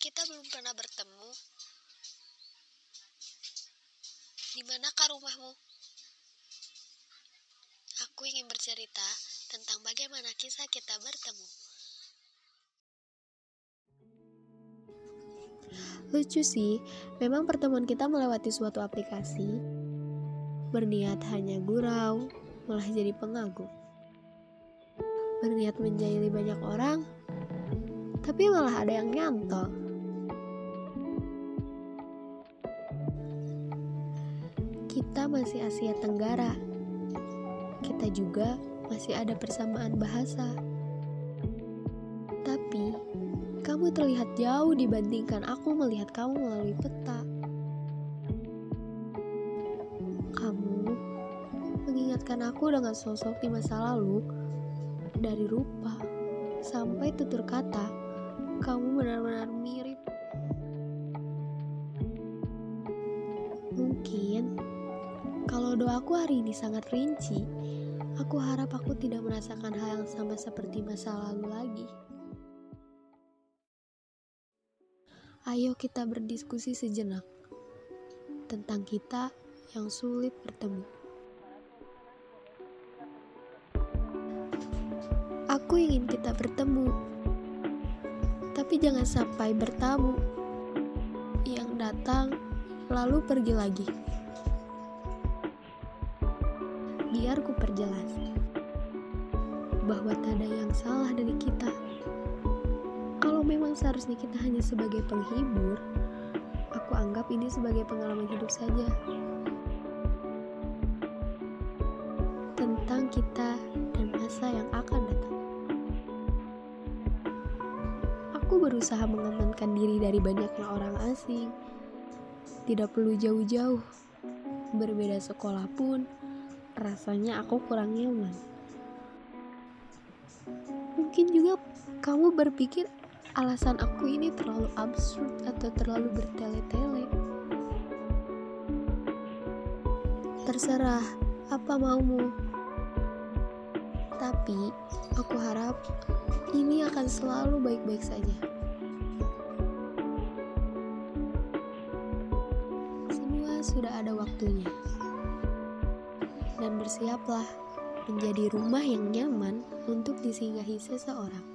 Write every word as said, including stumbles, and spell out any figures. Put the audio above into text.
Kita belum pernah bertemu. Di manakah rumahmu? Aku ingin bercerita tentang bagaimana kisah kita bertemu. Lucu sih, memang pertemuan kita melewati suatu aplikasi. Berniat hanya gurau, malah jadi pengagum. Berniat menjahili banyak orang, tapi malah ada yang nyantol. Kita masih Asia Tenggara. Kita juga masih ada persamaan bahasa. Tapi kamu terlihat jauh dibandingkan aku melihat kamu melalui peta. Kamu mengingatkan aku dengan sosok di masa lalu. Dari rupa sampai tutur kata, kamu benar-benar mirip. Mungkin kalau doaku hari ini sangat rinci, aku harap aku tidak merasakan hal yang sama seperti masa lalu lagi. Ayo kita berdiskusi sejenak tentang kita yang sulit bertemu. Aku ingin kita bertemu, tapi jangan sampai bertamu. Yang datang lalu pergi lagi. Biar ku perjelas bahwa tak ada yang salah dari kita. Kalau memang seharusnya kita hanya sebagai penghibur, aku anggap ini sebagai pengalaman hidup saja. Tentang kita dan masa yang akan datang. Aku berusaha mengamankan diri dari banyaknya orang asing. Tidak perlu jauh-jauh. Berbeda sekolah pun, rasanya aku kurang nyaman. Mungkin juga kamu berpikir alasan aku ini terlalu absurd atau terlalu bertele-tele. Terserah, apa maumu. Tapi, aku harap ini akan selalu baik-baik saja. Semua sudah ada waktunya. Dan bersiaplah menjadi rumah yang nyaman untuk disinggahi seseorang.